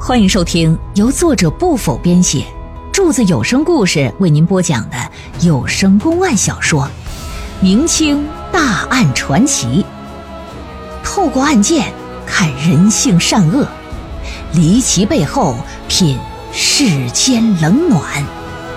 欢迎收听由作者不否编写，柱子有声故事为您播讲的有声公案小说《明清大案传奇》，透过案件看人性善恶，离奇背后品世间冷暖。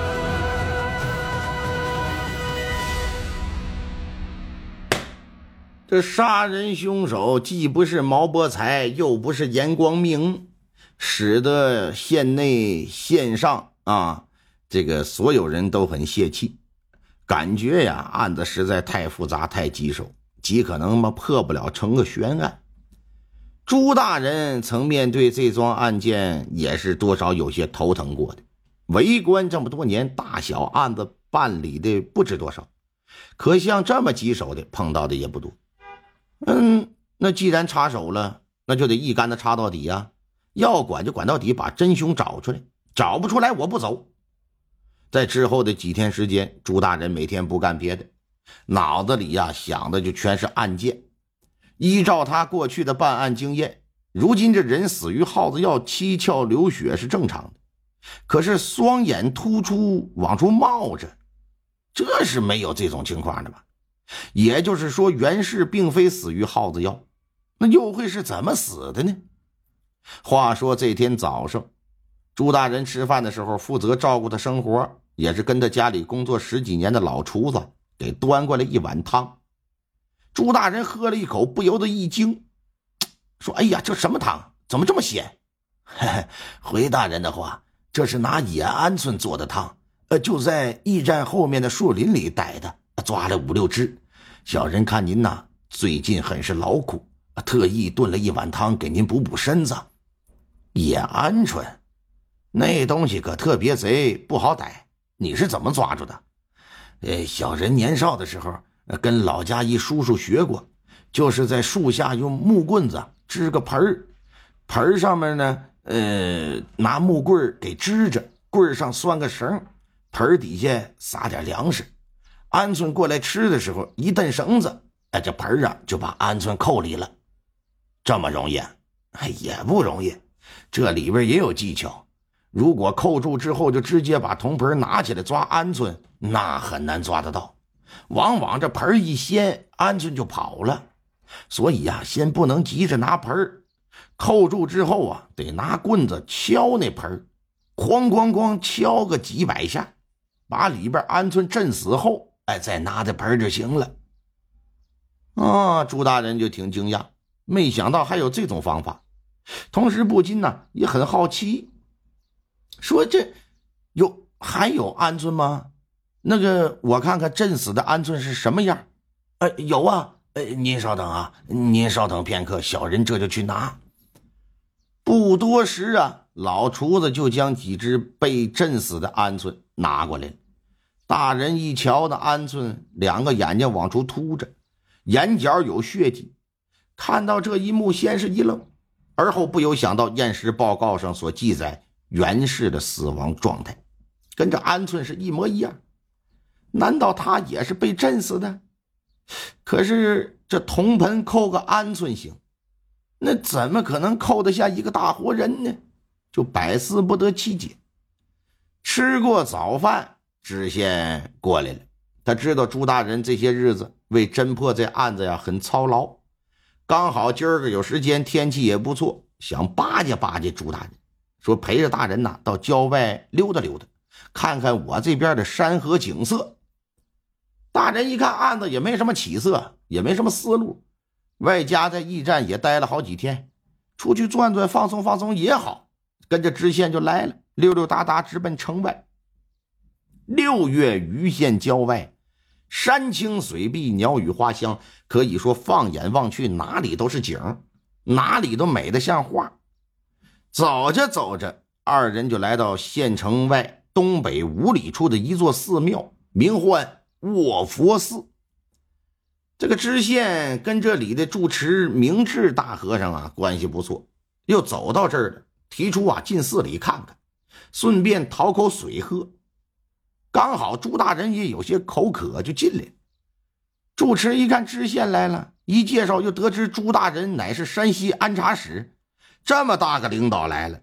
这杀人凶手既不是毛伯才，又不是严光明，使得县内县上这个所有人都很泄气，感觉呀案子实在太复杂太棘手，极可能破不了成个悬案。朱大人曾面对这桩案件也是多少有些头疼过的，为官这么多年，大小案子办理的不知多少，可像这么棘手的碰到的也不多。那既然插手了，那就得一竿子插到底啊！要管就管到底，把真凶找出来，找不出来我不走。在之后的几天时间，朱大人每天不干别的，脑子里想的就全是案件。依照他过去的办案经验，如今这人死于耗子药，七窍流血是正常的，可是双眼突出往出冒着，这是没有这种情况的吧？也就是说袁氏并非死于耗子药，那又会是怎么死的呢？话说这天早上，朱大人吃饭的时候，负责照顾他生活，也是跟他家里工作10几年的老厨子给端过来一碗汤。朱大人喝了一口，不由得一惊，说：“哎呀，这什么汤？怎么这么鲜？”回大人的话，这是拿野鹌鹑做的汤，就在驿站后面的树林里逮的，抓了5、6只。小人看您最近很是劳苦，特意炖了一碗汤给您补补身子。野鹌鹑那东西可特别贼，不好逮，你是怎么抓住的？小人年少的时候跟老家一叔叔学过，就是在树下用木棍子支个盆儿，盆儿上面呢拿木棍给支着，棍上拴个绳，盆儿底下撒点粮食，鹌鹑过来吃的时候一蹬绳子，这盆儿就把鹌鹑扣里了。这么容易？也不容易，这里边也有技巧。如果扣住之后就直接把铜盆拿起来抓鹌鹑，那很难抓得到，往往这盆一掀，鹌鹑就跑了。所以先不能急着拿盆，扣住之后得拿棍子敲那盆，哐哐哐敲个几百下，把里边鹌鹑震死后，再拿着盆就行了。朱大人就挺惊讶，没想到还有这种方法，同时不禁也很好奇，说这还有鹌鹑吗？那个我看看震死的鹌鹑是什么样。有啊，您稍等您稍等片刻，小人这就去拿。不多时老厨子就将几只被震死的鹌鹑拿过来了。大人一瞧，那鹌鹑2个眼睛往出凸着，眼角有血迹，看到这一幕先是一愣，而后不由想到验尸报告上所记载袁氏的死亡状态，跟这鹌鹑是一模一样。难道他也是被震死的？可是这铜盆扣个鹌鹑行，那怎么可能扣得下一个大活人呢？就百思不得其解。吃过早饭，知县过来了，他知道朱大人这些日子为侦破这案子很操劳，刚好今儿个有时间，天气也不错，想巴结巴结朱大人，说陪着大人到郊外溜达溜达，看看我这边的山河景色。大人一看案子也没什么起色，也没什么思路，外加在驿站也待了好几天，出去转转放松放松也好，跟着知县就来了，溜溜达达直奔城外。6月余县郊外，山清水碧，鸟语花香，可以说放眼望去哪里都是景，哪里都美得像画。走着走着，二人就来到县城外东北5里处的一座寺庙，名唤卧佛寺。这个知县跟这里的住持明智大和尚关系不错，又走到这儿了，提出进寺里看看，顺便讨口水喝。刚好朱大人也有些口渴，就进来了。住持一看知县来了，一介绍又得知朱大人乃是山西安察使，这么大个领导来了，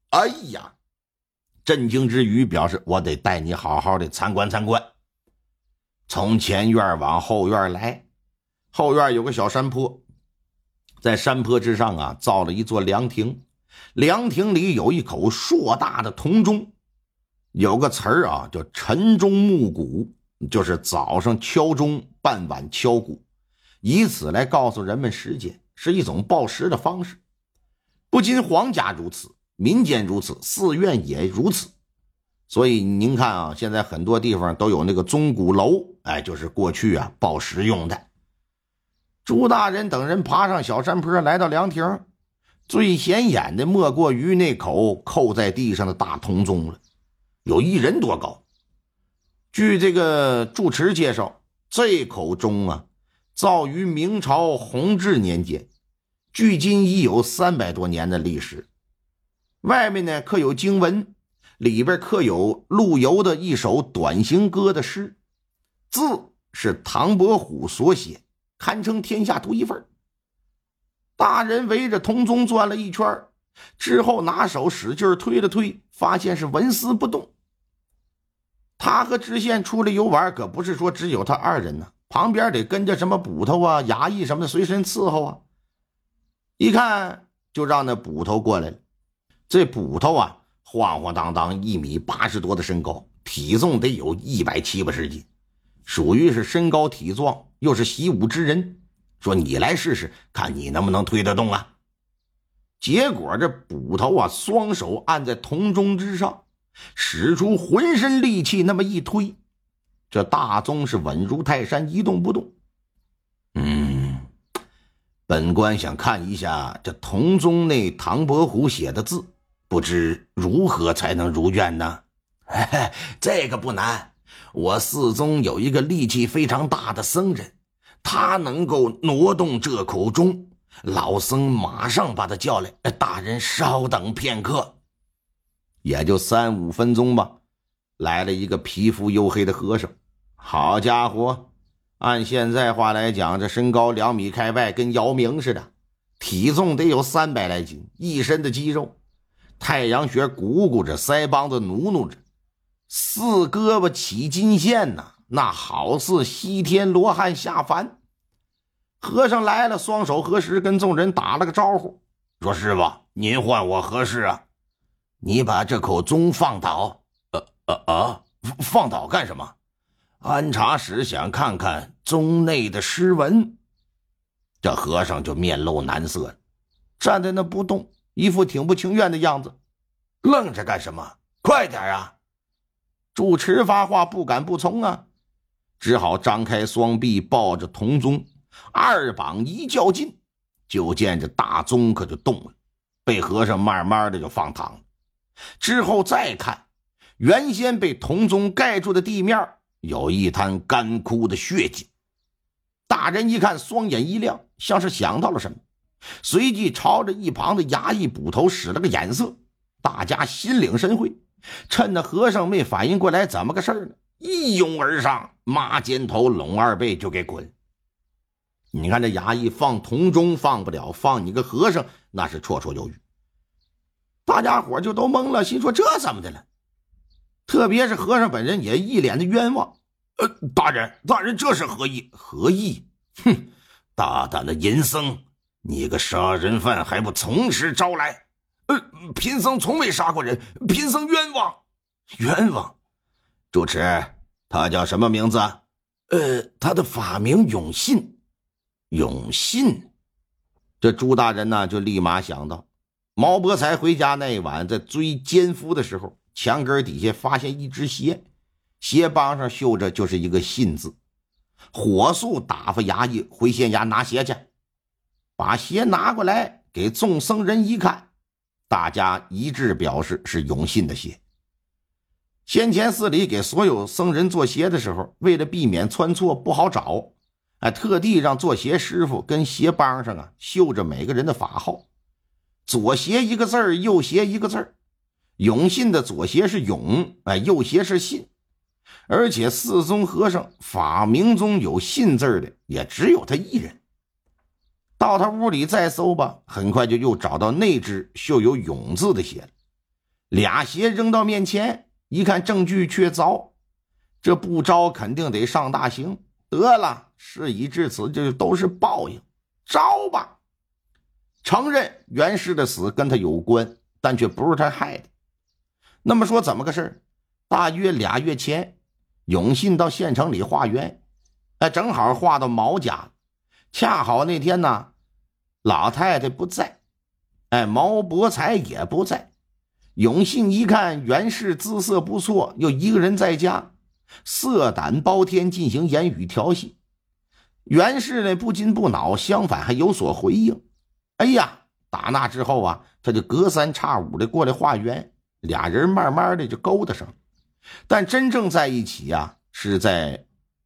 哎呀，震惊之余表示我得带你好好的参观参观。从前院往后院来，后院有个小山坡，在山坡之上啊造了一座凉亭，凉亭里有一口硕大的铜钟，有个词儿啊叫晨钟暮鼓，就是早上敲钟，傍晚敲鼓，以此来告诉人们时间，是一种报时的方式。不仅皇家如此，民间如此，寺院也如此。所以您看啊，现在很多地方都有那个钟鼓楼，就是过去啊报时用的。朱大人等人爬上小山坡，来到凉亭，最显眼的莫过于那口扣在地上的大铜钟了，有1人多高。据这个住持介绍，这口钟啊造于明朝弘治年间，距今已有300多年的历史。外面呢刻有经文，里边刻有陆游的一首短行歌的诗，字是唐伯虎所写，堪称天下独一份。大人围着铜钟转了一圈之后，拿手使劲推了推，发现是纹丝不动。他和知县出来游玩，可不是说只有他2人呢，旁边得跟着什么捕头啊、衙役什么的随身伺候啊。一看就让那捕头过来了。这捕头啊晃晃荡荡1.80米多的身高，体重得有170-180斤，属于是身高体壮，又是习武之人，说你来试试看你能不能推得动啊。结果这捕头啊双手按在铜钟之上，使出浑身力气那么一推，这大钟是稳如泰山，一动不动。本官想看一下这铜钟内唐伯虎写的字，不知如何才能如愿呢？这个不难，我寺中有一个力气非常大的僧人，他能够挪动这口钟，老僧马上把他叫来，大人稍等片刻。也就3-5分钟吧，来了一个皮肤黝黑的和尚。好家伙，按现在话来讲，这身高2米开外，跟姚明似的，体重得有300来斤，一身的肌肉，太阳穴鼓鼓着，腮帮子努努着，4胳膊起金线呐，那好似西天罗汉下凡。和尚来了，双手合十，跟众人打了个招呼，说：“师傅，您唤我何事啊？”“你把这口钟放倒。”“放倒干什么？”“安察使想看看钟内的诗文。”这和尚就面露难色了，站在那不动，一副挺不情愿的样子。“愣着干什么？快点啊！”住持发话，不敢不从啊，只好张开双臂抱着铜钟，2膀一较劲，就见这大钟可就动了，被和尚慢慢的就放躺了。之后再看，原先被铜钟盖住的地面有一滩干枯的血迹。大人一看，双眼一亮，像是想到了什么，随即朝着一旁的衙役捕头使了个眼色。大家心领神会，趁那和尚没反应过来怎么个事呢，一拥而上，抹肩头拢2背就给滚。你看这衙役放铜钟放不了，放你个和尚那是绰绰有余。大家伙就都懵了，心说这怎么的了？特别是和尚本人也一脸的冤枉。“大人，这是何意？”“何意？哼，大胆的淫僧，你个杀人犯还不从实招来？”“贫僧从未杀过人，贫僧冤枉。”“冤枉？主持，他叫什么名字？”“他的法名永信。”“永信？”这朱大人呢就立马想到，毛伯才回家那一晚在追奸夫的时候，墙根底下发现一只鞋，鞋帮上绣着就是一个信字，火速打发衙役回县衙拿鞋去。把鞋拿过来给众僧人一看，大家一致表示是永信的鞋。先前寺里给所有僧人做鞋的时候，为了避免穿错不好找，特地让做鞋师傅跟鞋帮上啊绣着每个人的法号，左鞋一个字儿，右鞋一个字儿。永信的左鞋是永，右鞋是信。而且寺宗和尚法名中有信字的也只有他一人。到他屋里再搜吧，很快就又找到那只绣有永字的鞋了。 俩鞋扔到面前，一看证据确凿，这不招肯定得上大刑。得了，事已至此，这都是报应，招吧。承认袁氏的死跟他有关，但却不是他害的。那么说怎么个事？大约2月前，永信到县城里化缘，正好化到毛家了。恰好那天呢，老太太不在，毛伯才也不在。永信一看袁氏姿色不错，又一个人在家，色胆包天，进行言语调戏。袁氏呢不惊不恼，相反还有所回应。哎呀，打那之后啊，他就隔三差五的过来化缘，俩人慢慢的就勾搭上。但真正在一起啊，是在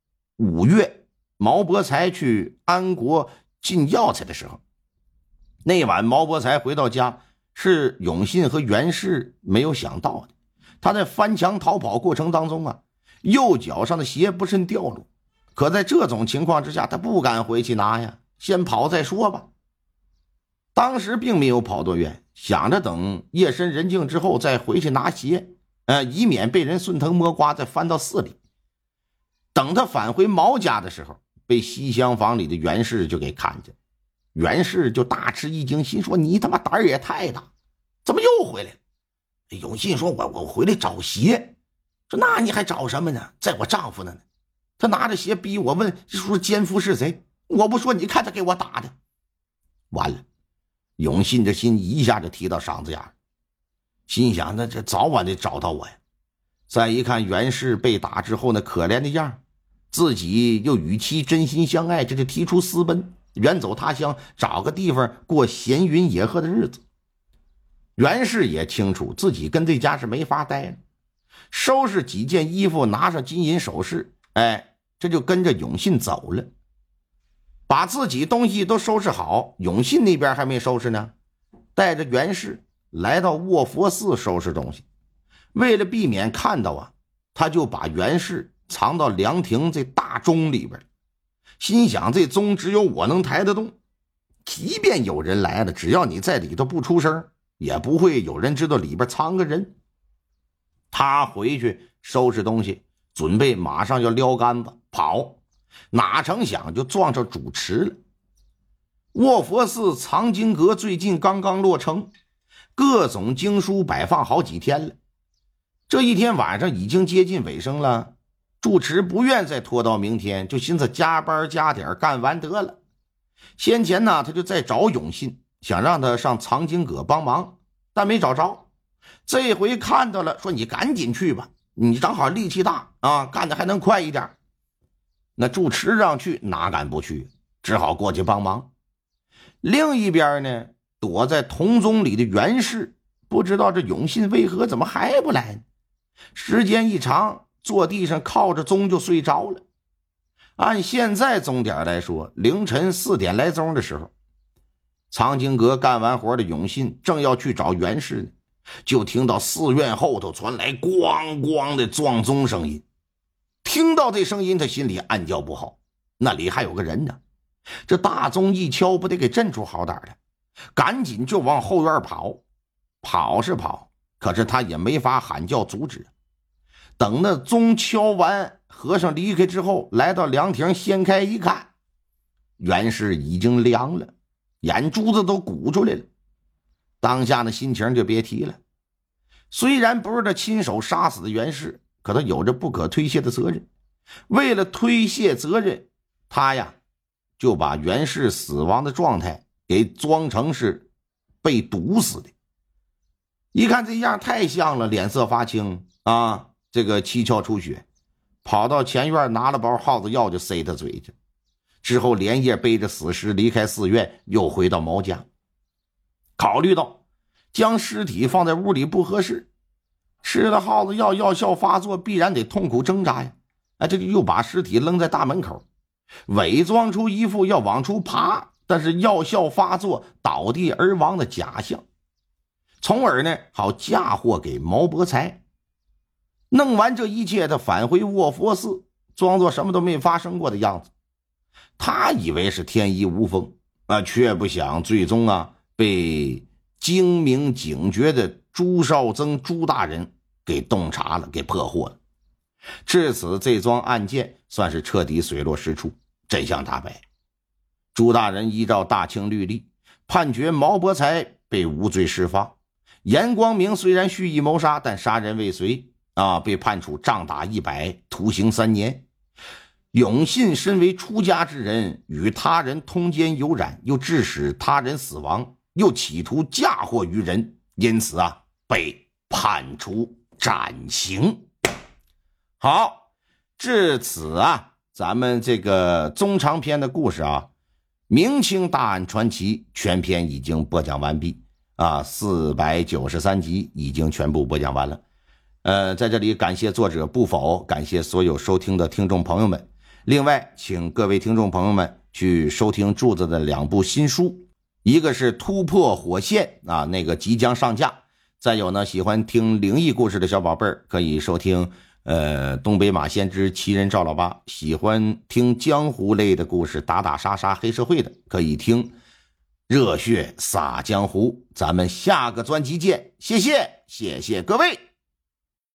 5月毛伯才去安国进药材的时候。那晚毛伯才回到家，是永信和袁氏没有想到的。他在翻墙逃跑过程当中啊，右脚上的鞋不慎掉落，可在这种情况之下，他不敢回去拿呀，先跑再说吧。当时并没有跑多远，想着等夜深人静之后再回去拿鞋，以免被人顺藤摸瓜再翻到寺里。等他返回毛家的时候，被西厢房里的袁氏就给看见。袁氏就大吃一惊，心说你他妈胆儿也太大，怎么又回来了？永信说我回来找鞋。说那你还找什么呢？在我丈夫那呢。他拿着鞋逼我问说奸夫是谁，我不说你看他给我打的。完了，永信这心一下就提到嗓子眼，心想那这早晚得找到我呀。再一看袁氏被打之后那可怜的样，自己又与其真心相爱，这就提出私奔，远走他乡，找个地方过闲云野鹤的日子。袁氏也清楚自己跟这家是没法待了，收拾几件衣服，拿上金银首饰，这就跟着永信走了。把自己东西都收拾好，永信那边还没收拾呢，带着袁氏来到卧佛寺收拾东西。为了避免看到啊，他就把袁氏藏到凉亭这大钟里边，心想这钟只有我能抬得动，即便有人来了，只要你在里头不出声，也不会有人知道里边藏个人。他回去收拾东西，准备马上要撩杆子跑，哪成想就撞上主持了。卧佛寺藏经阁最近刚刚落成，各种经书摆放好几天了。这一天晚上已经接近尾声了，住持不愿再拖到明天，就寻思加班加点干完得了。先前呢，他就在找永信，想让他上藏经阁帮忙，但没找着。这回看到了，说你赶紧去吧，你正好力气大啊，干的还能快一点。那住持让去，哪敢不去，只好过去帮忙。另一边呢，躲在铜钟里的袁氏不知道这永信为何怎么还不来呢？时间一长，坐地上靠着钟就睡着了。按现在钟点来说，凌晨4点来钟的时候，藏经阁干完活的永信正要去找袁氏呢，就听到寺院后头传来咣咣的撞钟声音。听到这声音，他心里暗叫不好，那里还有个人呢。这大钟一敲，不得给震出好歹来，赶紧就往后院跑。跑是跑，可是他也没法喊叫阻止。等那钟敲完，和尚离开之后，来到凉亭，掀开一看，袁氏已经凉了，眼珠子都鼓出来了。当下的心情就别提了。虽然不是他亲手杀死的袁氏，可他有着不可推卸的责任。为了推卸责任，他呀就把袁氏死亡的状态给装成是被毒死的。一看这样太像了，脸色发青啊，这个七窍出血，跑到前院拿了包耗子药就塞他嘴去。之后连夜背着死尸离开寺院，又回到毛家。考虑到将尸体放在屋里不合适，吃了耗子药药效发作，必然得痛苦挣扎呀。这就又把尸体扔在大门口，伪装出一副要往出爬，但是药效发作倒地而亡的假象，从而呢好嫁祸给毛伯才。弄完这一切，他返回卧佛寺，装作什么都没发生过的样子。他以为是天衣无缝却不想最终被精明警觉的朱绍曾朱大人给洞察了，给破获了。至此，这桩案件算是彻底水落石出，真相大白。朱大人依照大清律例，判决毛伯才被无罪释放。严光明虽然蓄意谋杀，但杀人未遂被判处杖打100，徒刑3年。永信身为出家之人，与他人通奸有染，又致使他人死亡，又企图嫁祸于人，因此被判处斩刑。好，至此咱们这个中长篇的故事明清大案传奇全篇已经播讲完毕493集已经全部播讲完了。在这里感谢作者不否，感谢所有收听的听众朋友们。另外，请各位听众朋友们去收听柱子的2部新书，一个是突破火线那个即将上架，再有呢，喜欢听灵异故事的小宝贝儿可以收听东北马先知奇人赵老八，喜欢听江湖类的故事打打杀杀黑社会的可以听热血洒江湖。咱们下个专辑见，谢谢各位。